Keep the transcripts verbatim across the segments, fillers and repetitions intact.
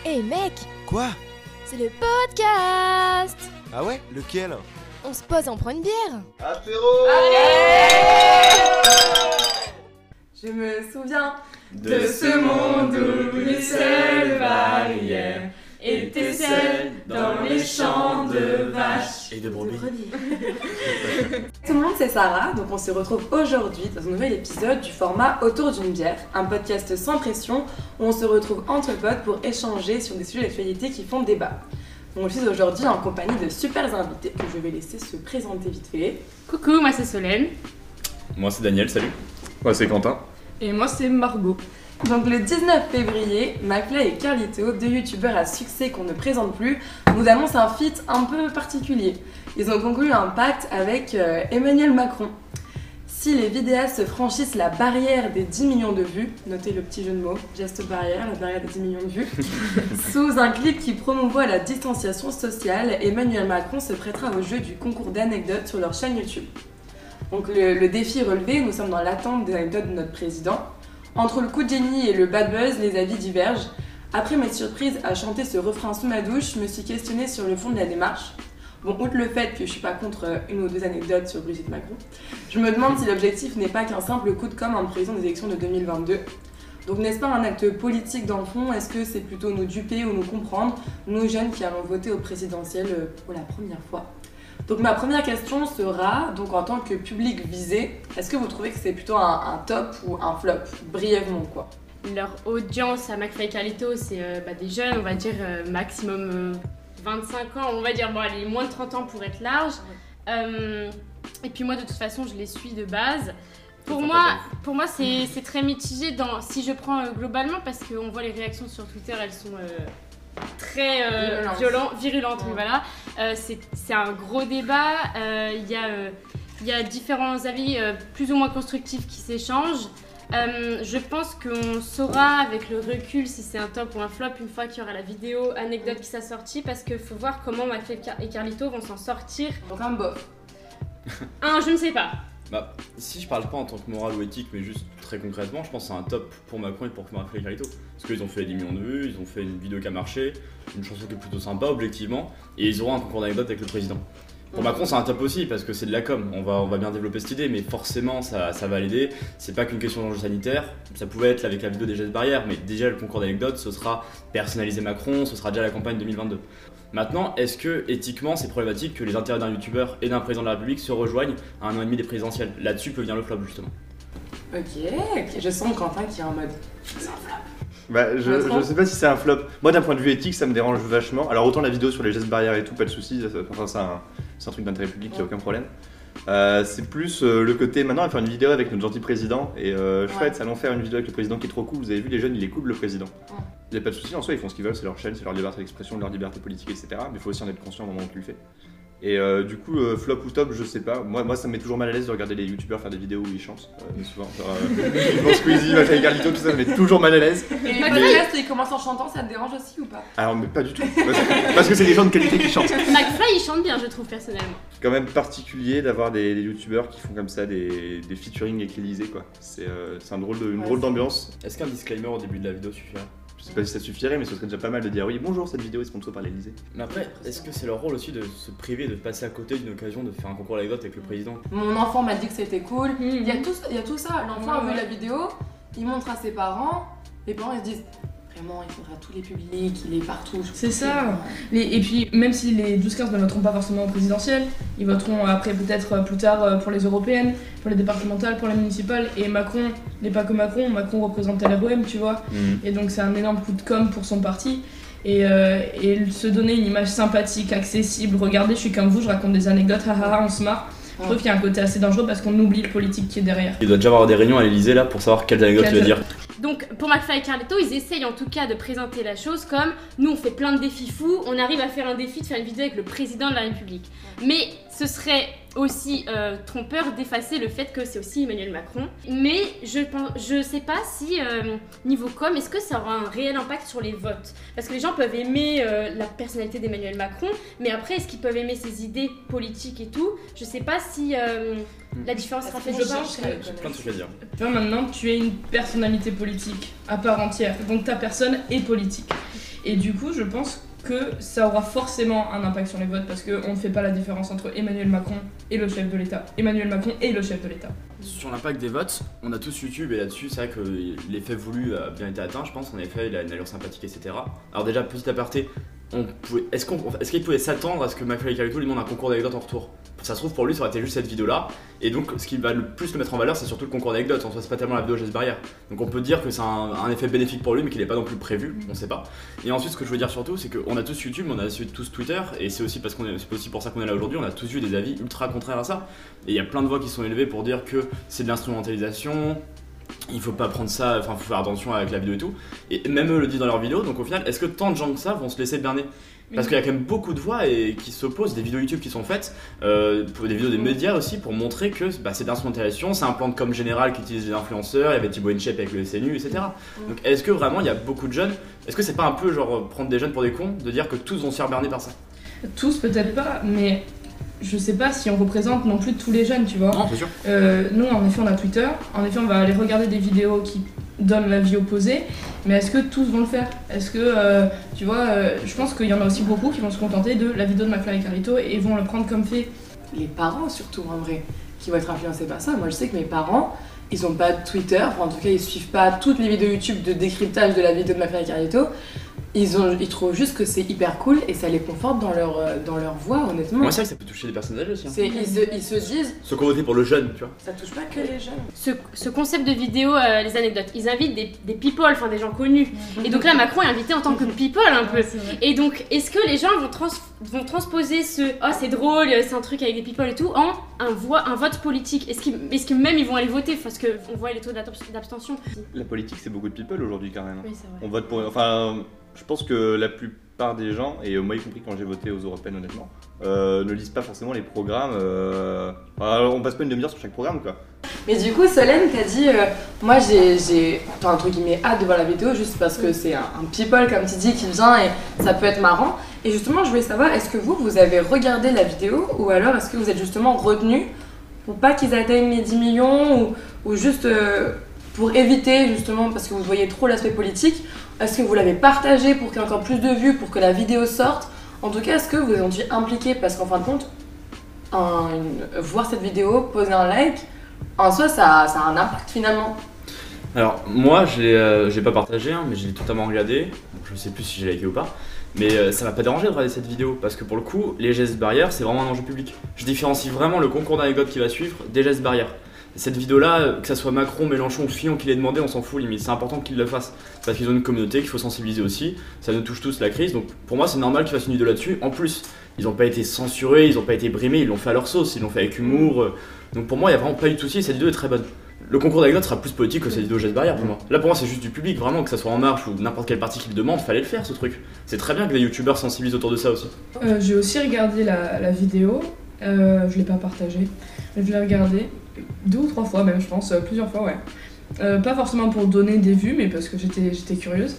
Hé mec! Quoi? C'est le podcast! Ah ouais? Lequel? On se pose et on prend une bière! Apéro! Allez! Je me souviens de ce monde où les seules barrières étaient celles dans les champs de vaches et de brebis. Tout le monde, c'est Sarah, donc on se retrouve aujourd'hui dans un nouvel épisode du format Autour d'une bière, un podcast sans pression où on se retrouve entre potes pour échanger sur des sujets d'actualité qui font débat. Donc je suis aujourd'hui en compagnie de super invités que je vais laisser se présenter vite fait. Coucou, moi c'est Solène. Moi c'est Daniel, salut. Moi c'est Quentin. Et moi c'est Margot. Donc le dix-neuf février, McFly et Carlito, deux youtubeurs à succès qu'on ne présente plus, nous annoncent un feat un peu particulier. Ils ont conclu un pacte avec euh, Emmanuel Macron. Si les vidéastes franchissent la barrière des dix millions de vues, notez le petit jeu de mots, geste barrière, la barrière des dix millions de vues, sous un clip qui promouvoit la distanciation sociale, Emmanuel Macron se prêtera au jeu du concours d'anecdotes sur leur chaîne YouTube. Donc le, le défi relevé, nous sommes dans l'attente des anecdotes de notre président. Entre le coup de génie et le bad buzz, les avis divergent. Après m'être surprise à chanter ce refrain sous ma douche, je me suis questionnée sur le fond de la démarche. Bon, outre le fait que je suis pas contre une ou deux anecdotes sur Brigitte Macron, je me demande si l'objectif n'est pas qu'un simple coup de com' en prévision des élections de deux mille vingt-deux. Donc n'est-ce pas un acte politique dans le fond? Est-ce que c'est plutôt nous duper ou nous comprendre, nous jeunes qui allons voter au présidentiel pour la première fois? Donc ma première question sera, donc en tant que public visé, est-ce que vous trouvez que c'est plutôt un, un top ou un flop? Brièvement quoi. Leur audience à McFly et Carlito, c'est euh, bah, des jeunes, on va dire euh, maximum euh, vingt-cinq ans, on va dire bon allez, moins de trente ans pour être large. Euh, et puis moi de toute façon je les suis de base. Pour moi, pour moi c'est, c'est très mitigé dans, si je prends euh, globalement parce qu'on voit les réactions sur Twitter, elles sont euh, très euh, violentes, virulentes, ouais. Voilà. Euh, c'est, c'est un gros débat, il euh, y, euh, y a différents avis euh, plus ou moins constructifs qui s'échangent. Euh, je pense qu'on saura avec le recul si c'est un top ou un flop une fois qu'il y aura la vidéo anecdote qui sera sortie parce qu'il faut voir comment McFly et Carlito vont s'en sortir. Donc un bof. Un, je ne sais pas. Bah, si je parle pas en tant que morale ou éthique, mais juste très concrètement, je pense que c'est un top pour Macron et pour McFly et Carlito. Parce qu'ils ont fait dix millions de vues, ils ont fait une vidéo qui a marché, une chanson qui est plutôt sympa objectivement, et ils auront un concours d'anecdotes avec le président. Pour Macron, c'est un top aussi parce que c'est de la com. On va, on va bien développer cette idée, mais forcément, ça, ça va l'aider. C'est pas qu'une question d'enjeu sanitaire. Ça pouvait être avec la vidéo des gestes barrières, mais déjà le concours d'anecdotes, ce sera personnaliser Macron, ce sera déjà la campagne deux mille vingt-deux. Maintenant, est-ce que éthiquement, c'est problématique que les intérêts d'un youtubeur et d'un président de la République se rejoignent à un an et demi des présidentielles? Là-dessus peut venir le flop justement. Ok, ok, je sens Quentin qui est en mode c'est un flop. Bah, je, je sais pas si c'est un flop. Moi, d'un point de vue éthique, ça me dérange vachement. Alors, autant la vidéo sur les gestes barrières et tout, pas de soucis. Enfin, c'est un, c'est un truc d'intérêt public, il n'y a aucun problème. Euh, c'est plus euh, le côté maintenant, on va faire une vidéo avec notre gentil président. Et euh, chouette, ouais. Allons faire une vidéo avec le président qui est trop cool. Vous avez vu, les jeunes, ils écoutent le président. Ouais. Il n'y a pas de soucis en soi, ils font ce qu'ils veulent, c'est leur chaîne, c'est leur liberté d'expression, leur liberté politique, et cetera. Mais il faut aussi en être conscient au moment où tu le fais. Et euh, du coup, euh, flop ou top, je sais pas. Moi, moi, ça me met toujours mal à l'aise de regarder les youtubeurs faire des vidéos où ils chantent. Euh, souvent, genre, euh, Squeezie, McFly et Carlito, tout ça, ça me met toujours mal à l'aise. Et le podcast, il commence en chantant, ça te dérange aussi ou pas? Alors, mais pas du tout. Parce que c'est des gens de qualité qui chantent. McFly, il chante bien, je trouve, personnellement. C'est quand même particulier d'avoir des, des youtubeurs qui font comme ça des, des featuring avec l'Elysée, quoi. C'est euh, c'est un drôle de, une ouais, drôle d'ambiance. Est-ce qu'un disclaimer au début de la vidéo suffirait? Je sais pas si ça suffirait, mais ce serait déjà pas mal de dire oui, bonjour, cette vidéo est sponsorisée par l'Elysée. Mais après, est-ce que c'est leur rôle aussi de se priver, de passer à côté d'une occasion de faire un concours d'anecdotes avec le président? Mon enfant m'a dit que c'était cool. Mmh. Il, y a tout, il y a tout ça. L'enfant ouais, a vu ouais. la vidéo, il montre à ses parents, les parents ils se disent vraiment il faudra tous les publics, il est partout. C'est ça. Les, et puis même si les douze quinze ne voteront pas forcément au présidentiel, ils voteront après peut-être plus tard pour les européennes, pour les départementales, pour les municipales. Et Macron n'est pas que Macron, Macron représente L R O M, tu vois. Mmh. Et donc c'est un énorme coup de com' pour son parti. Et, euh, et se donner une image sympathique, accessible, regardez je suis comme vous, je raconte des anecdotes, haha, on se marre. Je trouve qu'il y a un côté assez dangereux parce qu'on oublie le politique qui est derrière. Il doit déjà avoir des réunions à l'Elysée là pour savoir quelles anecdotes tu vas dire. Donc pour McFly et Carlito, ils essayent en tout cas de présenter la chose comme nous on fait plein de défis fous, on arrive à faire un défi de faire une vidéo avec le président de la République. Mais ce serait aussi euh, trompeur d'effacer le fait que c'est aussi Emmanuel Macron. Mais je pense, je sais pas si euh, niveau com, est-ce que ça aura un réel impact sur les votes? Parce que les gens peuvent aimer euh, la personnalité d'Emmanuel Macron, mais après est-ce qu'ils peuvent aimer ses idées politiques et tout? Je sais pas si euh, la différence sera faite. Je pense que j'ai plein de trucs à dire. Tu vois, maintenant tu es une personnalité politique à part entière, donc ta personne est politique. Et du coup, je pense que ça aura forcément un impact sur les votes parce qu'on ne fait pas la différence entre Emmanuel Macron et le chef de l'État. Emmanuel Macron et le chef de l'État. Sur l'impact des votes, on a tous YouTube et là-dessus, c'est vrai que l'effet voulu a bien été atteint, je pense. En effet, il a une allure sympathique, et cetera. Alors déjà, petit aparté, on pouvait, est-ce qu'on, est-ce qu'il pouvait s'attendre à ce que McFly et Carlito lui demandent un concours d'anecdotes en retour? Ça se trouve, pour lui, ça aurait été juste cette vidéo-là. Et donc, ce qui va le plus le mettre en valeur, c'est surtout le concours d'anecdotes. En soi, c'est pas tellement la vidéo geste barrière. Donc, on peut dire que c'est un, un effet bénéfique pour lui, mais qu'il n'est pas non plus prévu. On sait pas. Et ensuite, ce que je veux dire surtout, c'est qu'on a tous YouTube, on a tous Twitter, et c'est aussi parce qu'on est, c'est aussi pour ça qu'on est là aujourd'hui. On a tous vu des avis ultra contraires à ça. Et il y a plein de voix qui sont élevées pour dire que c'est de l'instrumentalisation. Il faut pas prendre ça, enfin faut faire attention avec la vidéo et tout. Et même eux le disent dans leurs vidéos, donc au final, est-ce que tant de gens que ça vont se laisser berner? Parce qu'il y a quand même beaucoup de voix et qui s'opposent, des vidéos YouTube qui sont faites, euh, pour des vidéos des médias aussi, pour montrer que bah, c'est de l'instrumentalisation, c'est un plan de com général qu'utilisent les influenceurs, il y avait Thibaut Inchep avec le S N U, et cetera. Donc est-ce que vraiment il y a beaucoup de jeunes, est-ce que c'est pas un peu genre prendre des jeunes pour des cons, de dire que tous vont se faire berner par ça? Tous peut-être pas, mais je sais pas si on représente non plus tous les jeunes, tu vois. Non, c'est sûr. Euh, nous, en effet, on a Twitter. En effet, on va aller regarder des vidéos qui donnent l'avis opposé. Mais est-ce que tous vont le faire? Est-ce que, euh, tu vois, euh, je pense qu'il y en a aussi beaucoup qui vont se contenter de la vidéo de McFly et Carlito et vont le prendre comme fait. Les parents, surtout, en vrai, qui vont être influencés par ça. Moi, je sais que mes parents, ils ont pas de Twitter. Enfin, en tout cas, ils suivent pas toutes les vidéos YouTube de décryptage de la vidéo de McFly et Carlito. Ils, ont, ils trouvent juste que c'est hyper cool et ça les conforte dans leur, dans leur voix, honnêtement. Moi, c'est vrai que ça peut toucher des personnes âgées aussi. Hein. C'est, ils, se, ils se disent. Ceux qui ont voté pour le jeune, tu vois. Ça touche pas que les jeunes. Ce, ce concept de vidéo, euh, les anecdotes, ils invitent des, des people, enfin des gens connus. Et donc là, Macron est invité en tant que people un peu. Et donc, est-ce que les gens vont, trans, vont transposer ce « oh, c'est drôle, c'est un truc avec des people et tout » en un, voix, un vote politique? Est-ce, qu'ils, est-ce que même ils vont aller voter? Parce qu'on voit les taux d'abstention. La politique, c'est beaucoup de people aujourd'hui quand même. Oui, c'est vrai. On vote pour. Enfin, je pense que la plupart des gens, et moi y compris quand j'ai voté aux européennes honnêtement, euh, ne lisent pas forcément les programmes. Euh... Alors, on passe pas une demi-heure sur chaque programme quoi. Mais du coup, Solène t'a dit, euh, moi j'ai, j'ai enfin, entre guillemets hâte de voir la vidéo juste parce que c'est un, un people comme tu dis qui vient et ça peut être marrant. Et justement, je voulais savoir, est-ce que vous, vous avez regardé la vidéo ou alors est-ce que vous êtes justement retenu pour pas qu'ils atteignent les dix millions ou, ou juste euh, pour éviter justement parce que vous voyez trop l'aspect politique? Est-ce que vous l'avez partagé pour qu'il y ait encore plus de vues, pour que la vidéo sorte? En tout cas, est-ce que vous êtes impliqué? Parce qu'en fin de compte, un, une, voir cette vidéo, poser un like, en soi, ça, ça a un impact finalement. Alors, moi, je l'ai euh, j'ai pas partagé, hein, mais je l'ai totalement regardé. Donc, je sais plus si j'ai liké ou pas. Mais euh, ça m'a pas dérangé de regarder cette vidéo parce que pour le coup, les gestes barrières, c'est vraiment un enjeu public. Je différencie vraiment le concours d'anecdotes qui va suivre des gestes barrières. Cette vidéo-là, que ça soit Macron, Mélenchon ou Fillon qui l'ait demandé, on s'en fout limite. C'est important qu'ils le fassent parce qu'ils ont une communauté qu'il faut sensibiliser aussi. Ça nous touche tous la crise, donc pour moi c'est normal qu'ils fassent une vidéo là-dessus. En plus, ils n'ont pas été censurés, ils n'ont pas été brimés, ils l'ont fait à leur sauce, ils l'ont fait avec humour. Donc pour moi, il n'y a vraiment pas eu de souci et cette vidéo est très bonne. Le concours d'anecdotes sera plus politique que cette vidéo geste barrière pour moi. Là pour moi c'est juste du public, vraiment, que ça soit En Marche ou n'importe quel parti qui le demande, fallait le faire ce truc. C'est très bien que les youtubeurs sensibilisent autour de ça aussi. Euh, j'ai aussi regardé la, la vidéo, euh, je l'ai pas partagée, mais je l'ai regardée deux ou trois fois même je pense, euh, plusieurs fois ouais. Euh, pas forcément pour donner des vues mais parce que j'étais, j'étais curieuse.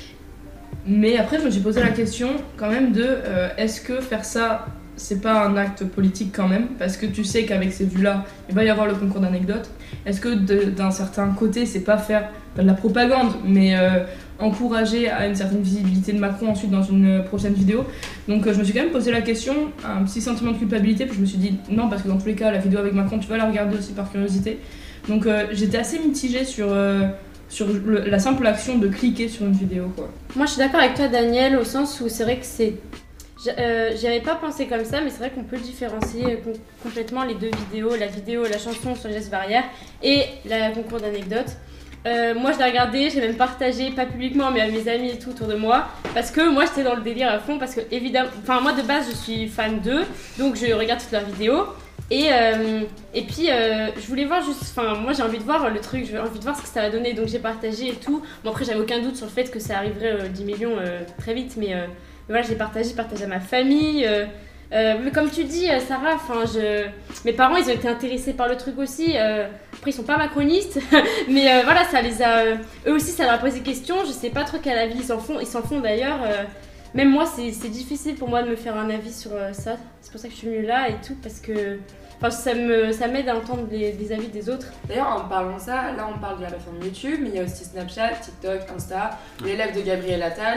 Mais après je me suis posé la question quand même de euh, est-ce que faire ça c'est pas un acte politique quand même, parce que tu sais qu'avec ces vues-là, il va y avoir le concours d'anecdotes. Est-ce que de, d'un certain côté, c'est pas faire pas de la propagande, mais euh, encourager à une certaine visibilité de Macron ensuite dans une prochaine vidéo? Donc euh, je me suis quand même posé la question, un petit sentiment de culpabilité, puis je me suis dit non, parce que dans tous les cas, la vidéo avec Macron, tu vas la regarder aussi par curiosité. Donc euh, j'étais assez mitigée sur... Euh, sur le, la simple action de cliquer sur une vidéo quoi. Moi je suis d'accord avec toi Daniel au sens où c'est vrai que c'est... Euh, J'y avais pas pensé comme ça mais c'est vrai qu'on peut différencier com- complètement les deux vidéos, la vidéo, la chanson sur les gestes barrières et la concours d'anecdotes. Euh, moi je l'ai regardé, j'ai même partagé, pas publiquement mais à mes amis et tout autour de moi parce que moi j'étais dans le délire à fond parce que évidemment, enfin moi de base je suis fan d'eux donc je regarde toutes leurs vidéos. Et, euh, et puis euh, je voulais voir juste, enfin moi j'ai envie de voir le truc, j'ai envie de voir ce que ça va donner donc j'ai partagé et tout. Bon après j'avais aucun doute sur le fait que ça arriverait euh, dix millions euh, très vite mais, euh, mais voilà j'ai partagé, partagé à ma famille. Euh, euh, mais comme tu dis Sarah, enfin je... mes parents ils ont été intéressés par le truc aussi. Euh, après ils sont pas macronistes mais euh, voilà ça les a, euh, eux aussi ça leur a posé question. Je sais pas trop quel avis ils s'en font, ils s'en font d'ailleurs. Euh, Même moi, c'est, c'est difficile pour moi de me faire un avis sur euh, ça. C'est pour ça que je suis venue là et tout, parce que enfin, ça, me, ça m'aide à entendre les, les avis des autres. D'ailleurs, en parlant de ça, là on parle de la plateforme YouTube, mais il y a aussi Snapchat, TikTok, Insta, l'élève de Gabriel Attal.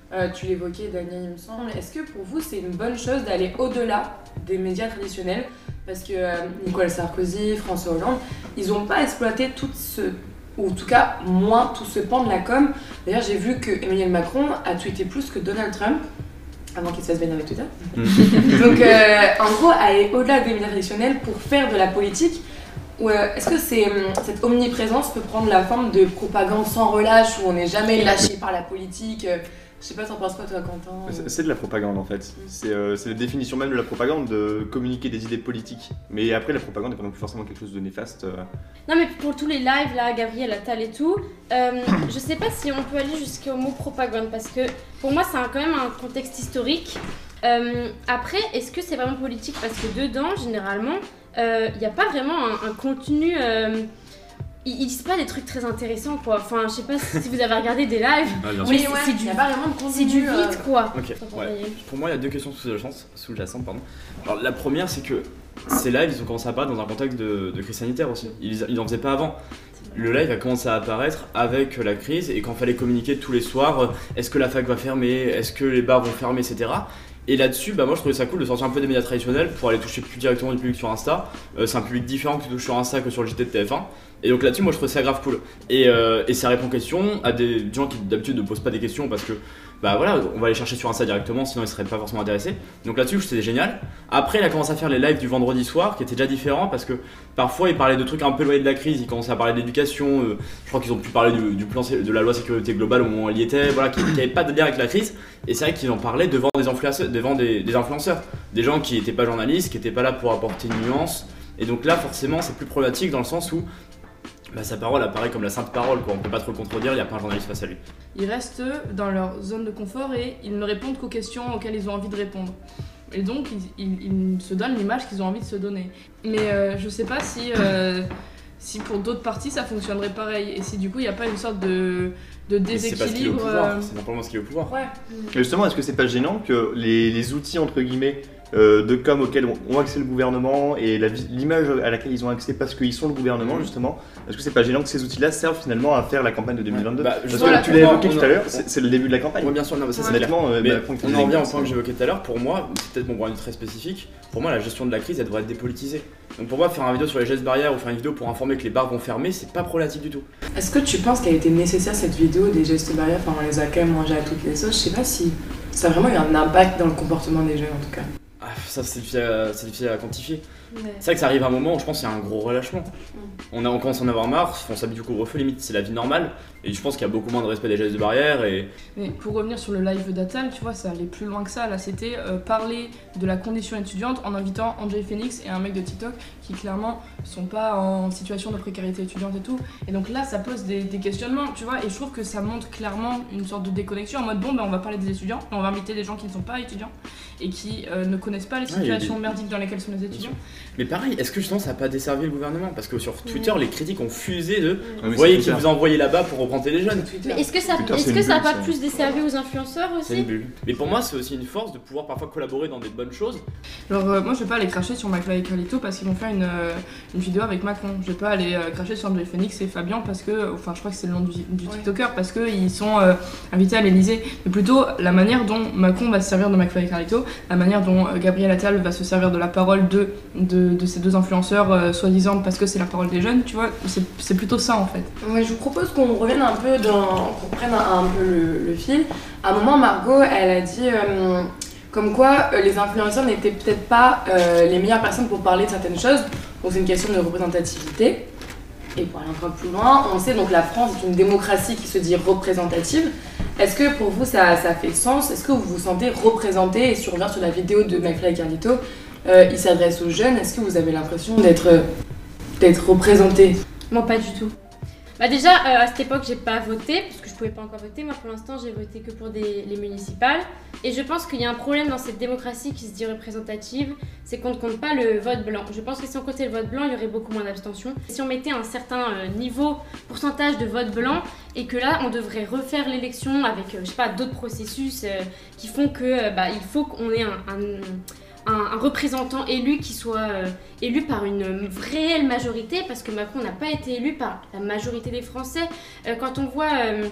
Euh, tu l'évoquais, Daniel, il me semble. Est-ce que pour vous, c'est une bonne chose d'aller au-delà des médias traditionnels? Parce que euh, Nicolas Sarkozy, François Hollande, ils n'ont pas exploité tout ce, ou en tout cas moins tout ce pan de la com. D'ailleurs, j'ai vu que Emmanuel Macron a tweeté plus que Donald Trump, avant qu'il se fasse bannir avec Twitter. Donc, euh, en gros, aller au-delà des médias traditionnels pour faire de la politique. Ou euh, est-ce que c'est, cette omniprésence peut prendre la forme de propagande sans relâche, où on n'est jamais lâché par la politique? euh, Je sais pas, t'en penses quoi toi, Quentin? C'est c'est de la propagande en fait. C'est euh, c'est la définition même de la propagande, de communiquer des idées politiques. Mais après, la propagande n'est pas non plus forcément quelque chose de néfaste. euh. Non mais pour tous les lives là, Gabriel Attal et tout, euh, je sais pas si on peut aller jusqu'au mot propagande parce que pour moi c'est un- quand même un contexte historique. Euh, après, est-ce que c'est vraiment politique? Parce que dedans, généralement, il n'y a pas vraiment un, un contenu... euh, ils, ils disent pas des trucs très intéressants quoi. Enfin, je sais pas si vous avez regardé des lives. Ah, bien Oui, sûr. c'est- c'est il n'y a du- pas vraiment de contenu. C'est du euh, vide quoi. Ok, Attends, ouais. Daniel. Pour moi, il y a deux questions sous-jacentes. sous-jacentes, pardon. Alors, la première, c'est que ces lives, ils ont commencé à apparaître dans un contexte de, de crise sanitaire aussi. Ils, ils en faisaient pas avant. Le live a commencé à apparaître avec la crise et quand il fallait communiquer tous les soirs, euh, est-ce que la fac va fermer, est-ce que les bars vont fermer, et cetera. Et là-dessus, bah moi je trouvais ça cool de sortir un peu des médias traditionnels pour aller toucher plus directement du public sur Insta. Euh, c'est un public différent qui touche sur Insta que sur le J T de T F un. Et donc là-dessus, moi je trouvais ça grave cool. Et, euh, et ça répond aux questions à des gens qui d'habitude ne posent pas des questions parce que bah voilà, on va aller chercher sur Insta directement, sinon ils seraient pas forcément intéressés. Donc là-dessus, c'était génial. Après, il a commencé à faire les lives du vendredi soir qui étaient déjà différents parce que parfois il parlait de trucs un peu éloignés de la crise. Il commençait à parler d'éducation. Euh, je crois qu'ils ont pu parler du, du plan de la loi sécurité globale au moment où il y était, voilà, qui n'avait pas de lien avec la crise. Et c'est vrai qu'ils en parlaient devant des influenceurs, devant des, des influenceurs, des gens qui n'étaient pas journalistes, qui n'étaient pas là pour apporter une nuance. Et donc là, forcément, c'est plus problématique dans le sens où bah, sa parole apparaît comme la sainte parole, quoi. On peut pas trop le contredire, il n'y a pas un journaliste face à lui. Ils restent dans leur zone de confort et ils ne répondent qu'aux questions auxquelles ils ont envie de répondre. Et donc, ils, ils- ils se donnent l'image qu'ils ont envie de se donner. Mais euh, je sais pas si, euh, si pour d'autres parties ça fonctionnerait pareil. Et si du coup, il n'y a pas une sorte de, de Et c'est parce qu'il est au déséquilibre. pouvoir, euh, c'est simplement parce qu'il est au pouvoir. Ouais. Et justement, est-ce que c'est pas gênant que les, les outils entre guillemets euh, de com auxquels ont, ont accès le gouvernement et la vi- l'image à laquelle ils ont accès parce qu'ils sont le gouvernement justement, est-ce que c'est pas gênant que ces outils-là servent finalement à faire la campagne de deux mille vingt-deux? Bah, Parce voilà, que tu l'as on- évoqué on- tout à l'heure, c'est c'est le début de la campagne. Oui, bien sûr, non, mais ça c'est clair. Honnêtement, euh, Mais Macron qui on faisait en revient des au grosses- point que j'évoquais tout à l'heure. Pour moi, c'est peut-être mon point de vue très spécifique. Pour moi, la gestion de la crise, elle devrait être dépolitisée. Donc pour moi, faire une vidéo sur les gestes barrières ou faire une vidéo pour informer que les bars vont fermer, c'est pas problématique du tout. Est-ce que tu penses qu'elle a été nécessaire cette vidéo des gestes barrières? Enfin, on les a quand même mangés à toutes les sauces. Je sais pas si ça a vraiment eu un impact dans le comportement des jeunes en tout cas. Ah, ça, c'est difficile, à, c'est difficile à quantifier. C'est vrai que ça arrive à un moment où je pense qu'il y a un gros relâchement. On, a, on commence à en avoir marre, on s'habitue au couvre-feu, limite c'est la vie normale. Et je pense qu'il y a beaucoup moins de respect des gestes de barrière. Et Mais pour revenir sur le live d'Attal, tu vois, ça allait plus loin que ça. Là, c'était euh, parler de la condition étudiante en invitant André Phoenix et un mec de TikTok qui clairement sont pas en situation de précarité étudiante et tout. Et donc là, ça pose des, des questionnements, tu vois. Et je trouve que ça montre clairement une sorte de déconnexion en mode bon, ben on va parler des étudiants, on va inviter des gens qui ne sont pas étudiants et qui euh, ne connaissent pas les il y a situations des- merdiques dans lesquelles sont les étudiants. Mais pareil, est-ce que justement ça n'a pas desservi le gouvernement? Parce que sur Twitter, les critiques ont fusé de Ouais, mais vous c'est voyez qui Twitter. vous envoyez là-bas pour représenter les jeunes. Twitter. Mais est-ce que ça, Twitter, est-ce c'est que une ça a bulle, pas ça. plus desservi aux influenceurs C'est une aussi? bulle. Mais pour moi, c'est aussi une force de pouvoir parfois collaborer dans des bonnes choses. Alors euh, moi je vais pas aller cracher sur McFly et Carlito parce qu'ils vont faire une, euh, une vidéo avec Macron. Je vais pas aller euh, cracher sur André Phoenix et Fabien parce que, enfin je crois que c'est le nom du, du Ouais. TikToker parce qu'ils sont euh, invités à l'Elysée. Mais plutôt la manière dont Macron va se servir de McFly et Carlito, la manière dont euh, Gabriel Attal va se servir de la parole de, de, de ces deux influenceurs euh, soi-disant parce que c'est la parole des jeunes, tu vois, c'est, c'est plutôt ça en fait. Ouais, je vous propose qu'on revienne un peu dans. qu'on prenne un, un peu le, le fil. À un moment, Margot, elle a dit euh, comme quoi euh, les influenceurs n'étaient peut-être pas euh, les meilleures personnes pour parler de certaines choses. Donc c'est une question de représentativité. Et pour aller un peu plus loin, on sait donc la France est une démocratie qui se dit représentative. Est-ce que pour vous ça, ça fait sens? Est-ce que vous vous sentez représenté? Et si on revient sur la vidéo de McFly et Carlito, euh, il s'adresse aux jeunes. Est-ce que vous avez l'impression d'être, d'être représenté? Moi, pas du tout. Bah déjà, euh, à cette époque, j'ai pas voté, parce que je pouvais pas encore voter. Moi, pour l'instant, j'ai voté que pour des, les municipales. Et je pense qu'il y a un problème dans cette démocratie qui se dit représentative, c'est qu'on ne compte pas le vote blanc. Je pense que si on comptait le vote blanc, il y aurait beaucoup moins d'abstention. Si on mettait un certain euh, niveau, pourcentage de vote blanc, et que là, on devrait refaire l'élection avec, euh, je sais pas, d'autres processus euh, qui font que, euh, bah, il faut qu'on ait un... un Un, un représentant élu qui soit euh, élu par une réelle majorité, parce que Macron n'a pas été élu par la majorité des Français. Euh, quand on voit euh,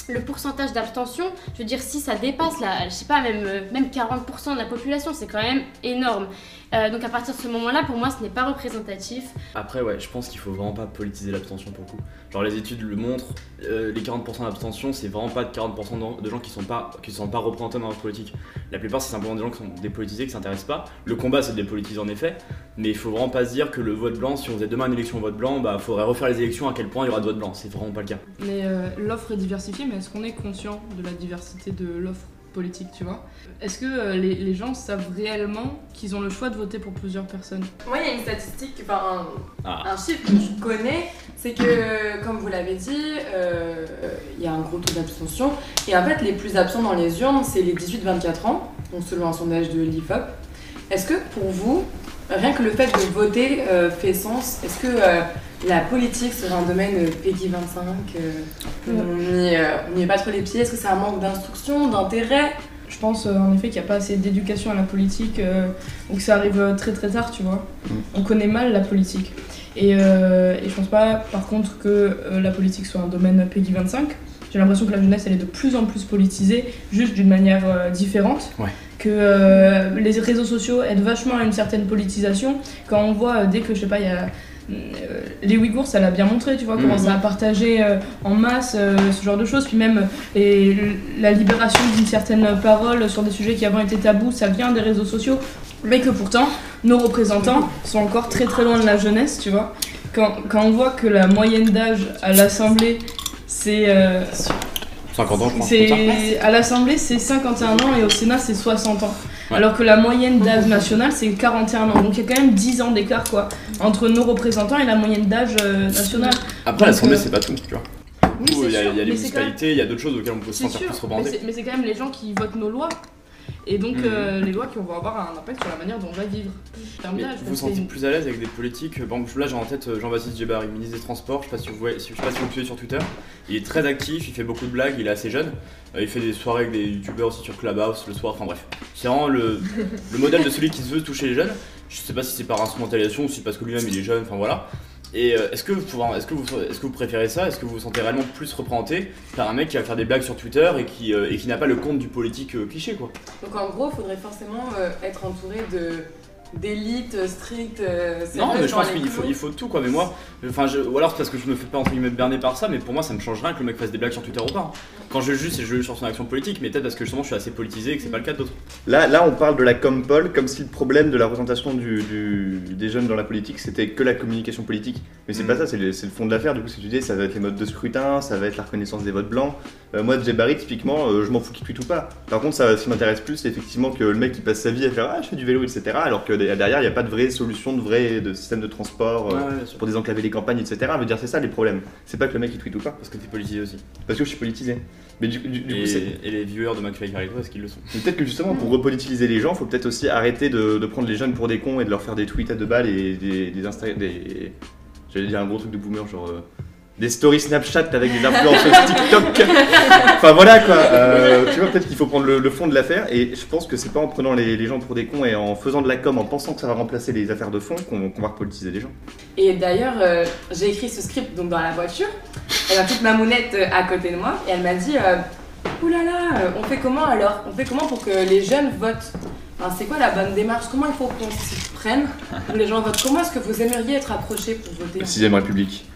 le pourcentage d'abstention, je veux dire, si ça dépasse, la, je sais pas, même, même quarante pour cent de la population, c'est quand même énorme. Euh, donc à partir de ce moment-là, pour moi, ce n'est pas représentatif. Après, ouais, je pense qu'il faut vraiment pas politiser l'abstention pour le coup. Genre, les études le montrent, euh, les quarante pour cent d'abstention, c'est vraiment pas de quarante pour cent de gens qui sont pas, qui sont pas représentés dans la politique. La plupart, c'est simplement des gens qui sont dépolitisés, qui s'intéressent pas. Le combat, c'est de dépolitiser en effet, mais il faut vraiment pas se dire que le vote blanc, si on faisait demain une élection au vote blanc, bah faudrait refaire les élections, à quel point il y aura de vote blanc. C'est vraiment pas le cas. Mais euh, l'offre est diversifiée, mais est-ce qu'on est conscient de la diversité de l'offre politique, tu vois? Est-ce que euh, les, les gens savent réellement qu'ils ont le choix de voter pour plusieurs personnes? Moi, il y a une statistique, enfin un, Ah. un chiffre que je connais, c'est que, comme vous l'avez dit, euh, il y a un gros taux d'abstention. Et en fait, les plus absents dans les urnes, c'est les dix-huit vingt-quatre ans, donc selon un sondage de l'I F O P. Est-ce que pour vous, rien que le fait de voter euh, fait sens? Est-ce que euh, la politique serait un domaine euh, Peggy vingt-cinq euh, Ouais. On n'y euh, on n'y met pas trop les pieds? Est-ce que c'est un manque d'instruction, d'intérêt? Je pense euh, en effet qu'il n'y a pas assez d'éducation à la politique, euh, ou que ça arrive euh, très très tard, tu vois. Mm. On connaît mal la politique. Et, euh, et je pense pas par contre que euh, la politique soit un domaine Peggy vingt-cinq. J'ai l'impression que la jeunesse elle est de plus en plus politisée, juste d'une manière euh, différente. Ouais. Que euh, les réseaux sociaux aident vachement à une certaine politisation. Quand on voit, euh, dès que je sais pas, il y a. Euh, les Ouïghours, ça l'a bien montré, tu vois, comment Mhm. ça a partagé euh, en masse euh, ce genre de choses. Puis même et, la libération d'une certaine parole sur des sujets qui avant étaient tabous, ça vient des réseaux sociaux. Mais que pourtant, nos représentants sont encore très très loin de la jeunesse, tu vois. Quand, quand on voit que la moyenne d'âge à l'Assemblée, c'est... euh, cinquante ans, je pense. c'est comme ça. à l'Assemblée, c'est cinquante et un ans et au Sénat, c'est soixante ans. Ouais. Alors que la moyenne d'âge nationale, c'est quarante et un ans. Donc il y a quand même dix ans d'écart, quoi, entre nos représentants et la moyenne d'âge euh, nationale. Après, Donc, l'Assemblée, euh, c'est pas tout, tu vois. Oui, Nous, c'est il y a, sûr, il y a les mais c'est quand même- municipalités, il y a d'autres choses auxquelles on peut se C'est sentir sûr, plus mais représenté. c'est, mais c'est quand même les gens qui votent nos lois. Et donc Mhm. euh, les lois qui vont avoir un impact sur la manière dont on va vivre. En termes Mais d'âge, vous donc vous c'est sentez une- plus à l'aise avec des politiques? Par exemple, là j'ai en tête euh, Jean-Baptiste Djebbari, ministre des Transports, je sais pas si vous voyez, si- je sais pas si vous le suivez sur Twitter. Il est très actif, il fait beaucoup de blagues, il est assez jeune. Euh, il fait des soirées avec des youtubeurs aussi sur Clubhouse le soir, enfin bref. C'est vraiment le, le modèle de celui qui veut toucher les jeunes. Je sais pas si c'est par instrumentalisation ou si parce que lui-même il est jeune, enfin voilà. Et euh, est-ce que, vous- est-ce, que vous, est-ce que vous préférez ça? Est-ce que vous vous sentez réellement plus représenté par un mec qui va faire des blagues sur Twitter et qui, euh, et qui n'a pas le compte du politique euh, cliché quoi? Donc en gros, il faudrait forcément euh, être entouré de d'élite stricte. Euh, Non, sérieuse mais je dans pense les qu'il faut, clous. il faut tout quoi. Mais moi, enfin, je, ou alors c'est parce que je me fais pas entre guillemets berner par ça, mais pour moi ça me change rien que le mec fasse des blagues sur Twitter ou pas. Quand je juge, c'est je juge sur son action politique, mais peut-être parce que justement je suis assez politisé et que c'est pas le cas d'autres. Là, là, on parle de la Compol comme si le problème de la représentation du, du- des jeunes dans la politique c'était que la communication politique. Mais c'est Mm. pas ça, c'est le, c'est le fond de l'affaire. Du coup, ce que tu dis, ça va être les modes de scrutin, ça va être la reconnaissance des votes blancs. Euh, moi, Djebbari, typiquement, euh, je m'en fous qu'il tweete ou pas. Par contre, ça, ce qui m'intéresse plus, c'est effectivement que le mec qui passe sa vie à faire ah, je fais du vélo, et cetera. Alors que derrière, il n'y a pas de vraie solution, de vrai de système de transport euh, Ouais, ouais, bien sûr. pour désenclaver les campagnes, et cetera. Je veux dire, c'est ça les problèmes. C'est pas que le mec il tweete ou pas, Parce que t'es politisé aussi. parce que je suis politisé. Mais du, du- du et, coup, c'est. et les viewers de McFly et Carlito, est-ce qu'ils le sont? Mais peut-être que justement pour repolitiliser les gens, faut peut-être aussi arrêter de, de prendre les jeunes pour des cons et de leur faire des tweets à deux balles et des, des, Insta- des j'allais dire un gros truc de boomer genre euh, des stories Snapchat avec des influenceuses TikTok. Enfin voilà quoi. Euh, tu vois peut-être qu'il faut prendre le, le fond de l'affaire et je pense que c'est pas en prenant les, les gens pour des cons et en faisant de la com en pensant que ça va remplacer les affaires de fond qu'on qu'on va repolitiser les gens. Et d'ailleurs, euh, j'ai écrit ce script donc dans la voiture. Elle a toute ma mounette euh, à côté de moi et elle m'a dit euh, Ouh là là, euh, on fait comment alors? On fait comment pour que les jeunes votent? Enfin, c'est quoi la bonne démarche? Comment il faut qu'on s'y prenne pour que les gens votent? Comment est-ce que vous aimeriez être approchés pour voter? La sixième République.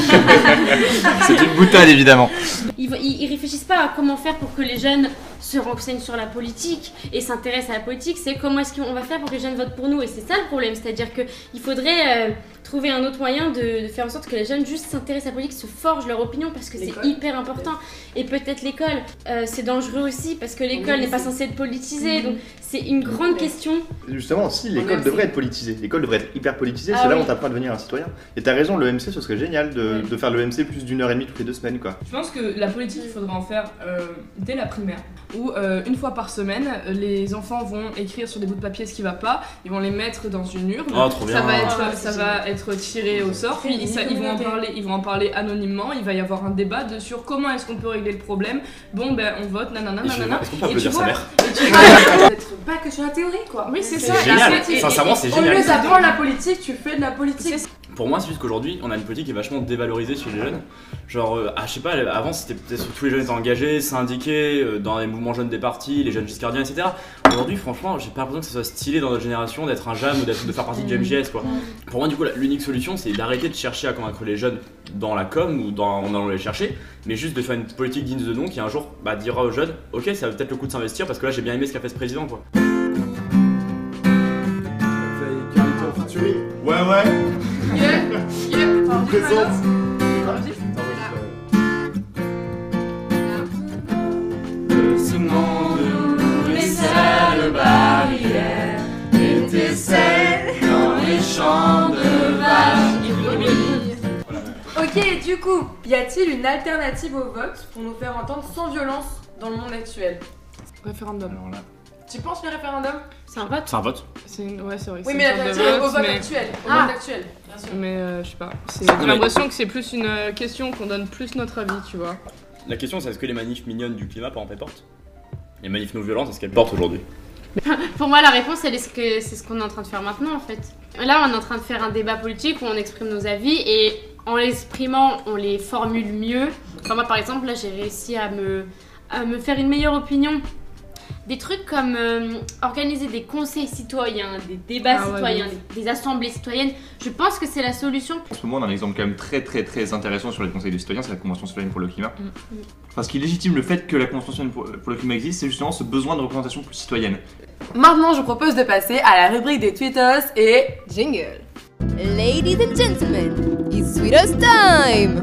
C'est une boutade évidemment. Ils, ils, ils réfléchissent pas à comment faire pour que les jeunes se renseignent sur la politique et s'intéressent à la politique, c'est comment est-ce qu'on va faire pour que les jeunes votent pour nous. Et c'est ça le problème, c'est-à-dire qu'il faudrait euh, trouver un autre moyen de, de faire en sorte que les jeunes juste s'intéressent à la politique, se forgent leur opinion parce que c'est L'école, hyper important. Et peut-être l'école, euh, c'est dangereux aussi parce que l'école Oui, n'est pas c'est- censée être politisée, Mhm. donc c'est une grande Oui. question. Justement, si On l'école est devrait aussi- être politisée, l'école devrait être hyper politisée, Ah c'est là oui. où on t'apprend à devenir un citoyen. Et t'as raison, le M C ce serait génial de, Ouais. de faire le M C plus d'une heure et demie toutes les deux semaines quoi. Je pense que la politique, il faudrait en faire euh, dès la primaire, où euh, une fois par semaine, euh, les enfants vont écrire sur des bouts de papier ce qui va pas, ils vont les mettre dans une urne, Oh, trop bien. ça va être, Ah, ça c'est va être tiré au sort, puis C'est ça- une ils, vont en communauté. parler, ils vont en parler anonymement, il va y avoir un débat de, sur comment est-ce qu'on peut régler le problème, bon ben on vote, nanana, Et finalement, nanana. est-ce qu'on peut Et tu applaudir sa vois, mère? et tu- Peut-être pas que sur la théorie quoi. Oui, c'est C'est ça. génial. Et- et- Sincèrement, c'est Au génial. lieu d'apprendre la politique, tu fais de la politique. C'est- pour moi, c'est juste qu'aujourd'hui, on a une politique qui est vachement dévalorisée chez les jeunes. Genre, euh, ah, je sais pas, avant, c'était peut-être tous les jeunes étaient engagés, syndiqués, euh, dans les mouvements jeunes des partis, les jeunes giscardiens, et cetera. Aujourd'hui, franchement, j'ai pas l'impression que ce soit stylé dans notre génération d'être un Jam ou d'être- de faire partie de J M J S, quoi. Pour moi, du coup, la- l'unique solution, c'est d'arrêter de chercher à convaincre les jeunes dans la com ou dans, en allant les chercher, mais juste de faire une politique digne de nom qui un jour bah, dira aux jeunes, ok, ça va peut-être le coup de s'investir parce que là, j'ai bien aimé ce qu'a fait ce président, quoi. Ouais, ouais. Yeah, yeah, Présente. Ce monde les seules barrières étaient celles dans les champs de vaches. Ok, et du coup, y a-t-il une alternative au vote pour nous faire entendre sans violence dans le monde actuel? Référendum. Alors là. Tu penses le référendum? C'est un vote. C'est un vote. C'est une... Ouais, c'est vrai. que Oui, c'est mais une sorte de l'alternative au vote, vote mais... actuel. Au Ah. monde actuel, bien sûr. Mais euh, je sais pas. C'est- Non, J'ai mais- l'impression que c'est plus une euh, question qu'on donne plus notre avis, tu vois. La question, c'est est-ce que les manifs mignonnes du climat, par exemple, elles portent? Les manifs non violentes, est-ce qu'elles portent aujourd'hui? Pour moi, la réponse, elle est ce que c'est ce qu'on est en train de faire maintenant, en fait. Là, on est en train de faire un débat politique où on exprime nos avis et en l'exprimant, on les formule mieux. Enfin, moi, par exemple, là, j'ai réussi à me, à me faire une meilleure opinion. Des trucs comme euh, organiser des conseils citoyens, des débats Ah ouais, citoyens, de des, des assemblées citoyennes. Je pense que c'est la solution. En ce moment, on a un exemple quand même très très très intéressant sur les conseils des citoyens, c'est la Convention citoyenne pour le climat. Mm. Enfin, ce qui légitime le fait que la Convention citoyenne pour, pour le climat existe, c'est justement ce besoin de représentation plus citoyenne. Maintenant, je propose de passer à la rubrique des tweetos et... Jingle. Ladies and gentlemen, it's Sweetos time.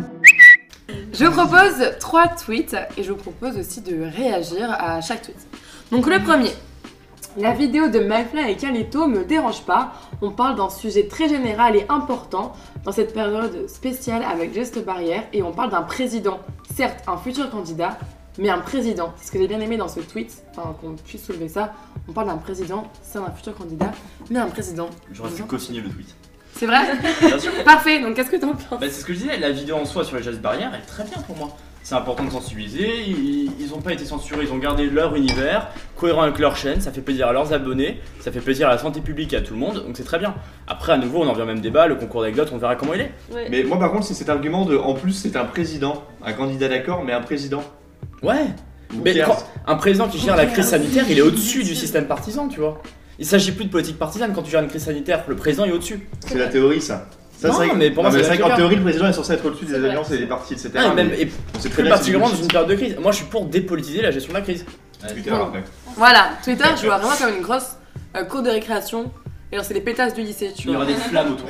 Je vous propose trois tweets et je vous propose aussi de réagir à chaque tweet. Donc le premier, la vidéo de McFly et Carlito me dérange pas. On parle d'un sujet très général et important dans cette période spéciale avec geste barrière et on parle d'un président, certes un futur candidat, mais un président. C'est ce que j'ai bien aimé dans ce tweet, enfin qu'on puisse soulever ça. On parle d'un président, c'est un futur candidat, mais un président. J'aurais pu co-signer le tweet. C'est vrai? Bien sûr. Parfait, donc qu'est-ce que t'en penses? Bah, c'est ce que je disais, la vidéo en soi sur les gestes barrières est très bien pour moi. C'est important de sensibiliser, ils, ils ont pas été censurés, ils ont gardé leur univers, cohérent avec leur chaîne, ça fait plaisir à leurs abonnés, ça fait plaisir à la santé publique et à tout le monde, donc c'est très bien. Après, à nouveau, on en revient au même débat, le concours d'anecdotes, on verra comment il est. Ouais. Mais moi, par contre, c'est cet argument de en plus, c'est un président, un candidat d'accord, mais un président. Ouais, Who mais cares quand un président qui gère la crise sanitaire, il est au-dessus du système partisan, tu vois. Il s'agit plus de politique partisane quand tu gères une crise sanitaire, le président est au-dessus. C'est la théorie, ça. Ça, Non, c'est vrai que- mais pour moi, non, c'est c'est vrai la qu'en théorie. théorie, le président est censé être au-dessus des C'est vrai. alliances et des partis, et cetera. Ah, et même, mais et on sait très plus bien que c'est particulièrement dans bullshit. une période de crise. Moi, je suis pour dépolitiser la gestion de la crise. Twitter, après. Voilà, Twitter, je vois vraiment comme une grosse euh, cour de récréation. Et alors c'est les pétasses du lycée, tu Il y vois. aura des flammes autour.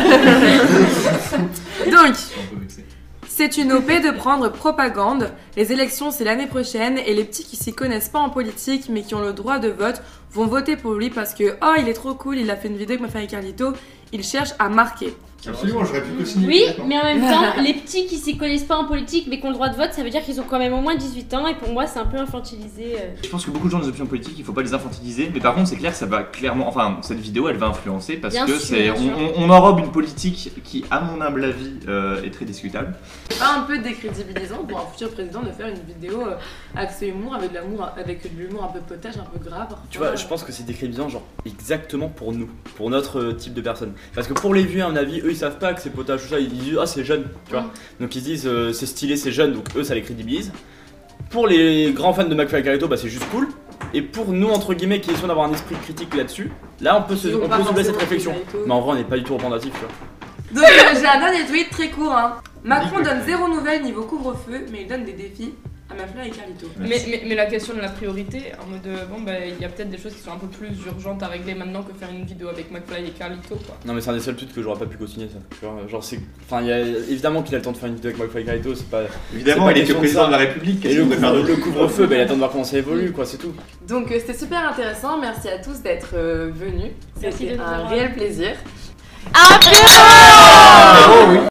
Donc, Je suis un peu vexé. c'est une O P de prendre propagande. Les élections, c'est l'année prochaine et les petits qui s'y connaissent pas en politique mais qui ont le droit de vote vont voter pour lui parce que oh, il est trop cool, il a fait une vidéo avec ma famille Carlito, il cherche à marquer. Absolument, j'aurais pu co-signer. Oui, complètement. mais en même temps, les petits qui s'y connaissent pas en politique mais qui ont le droit de vote, ça veut dire qu'ils ont quand même au moins dix-huit ans et pour moi, c'est un peu infantilisé. euh. Je pense que beaucoup de gens ont des opinions politiques, il faut pas les infantiliser, mais par contre c'est clair que ça va clairement, enfin cette vidéo elle va influencer parce Bien que sûr, c'est, bien on, sûr. on- on enrobe une politique qui à mon humble avis euh, est très discutable. C'est pas un peu décrédibilisant pour un futur président de faire une vidéo euh, axée humour avec de l'amour, avec de l'humour un peu potage, un peu gras parfois. Tu vois, je pense que c'est décrédibilisant, genre exactement pour nous, pour notre euh, type de personne. Parce que pour les vieux, à mon avis, eux ils savent pas que c'est potage ou ça, ils disent ah c'est jeune, tu vois. Mm. Donc ils disent euh, c'est stylé, c'est jeune, donc eux ça les crédibilise. Pour les grands fans de McFly et Carlito, bah c'est juste cool. Et pour nous, entre guillemets, qui essayons d'avoir un esprit critique là-dessus, là on peut se, Ils ont on pas peut soulever cette forcément réflexion. Carlito. Mais en vrai, on n'est pas du tout représentatif, tu vois. Donc euh, j'ai un dernier tweet très court. Hein. Macron donne zéro nouvelle niveau couvre-feu, mais il donne des défis à McFly et Carlito. Mais, mais, mais la question de la priorité, en mode euh, bon bah il y a peut-être des choses qui sont un peu plus urgentes à régler maintenant que faire une vidéo avec McFly et Carlito quoi. Non, mais c'est un des seuls tweets que j'aurais pas pu co-signer, ça. Tu vois, genre, c'est. Enfin, il y a... évidemment qu'il a le temps de faire une vidéo avec McFly et Carlito, c'est pas. Évidemment, C'est pas il est que question de président ça. de la République, Et qu'est-ce le, qu'on peut faire couvre- d'autre le couvre-feu, bah il attend de voir comment ça évolue, quoi, c'est tout. Donc euh, c'était super intéressant, merci à tous d'être euh, venus. Merci C'était de nous un avoir réel plaisir. Apéro!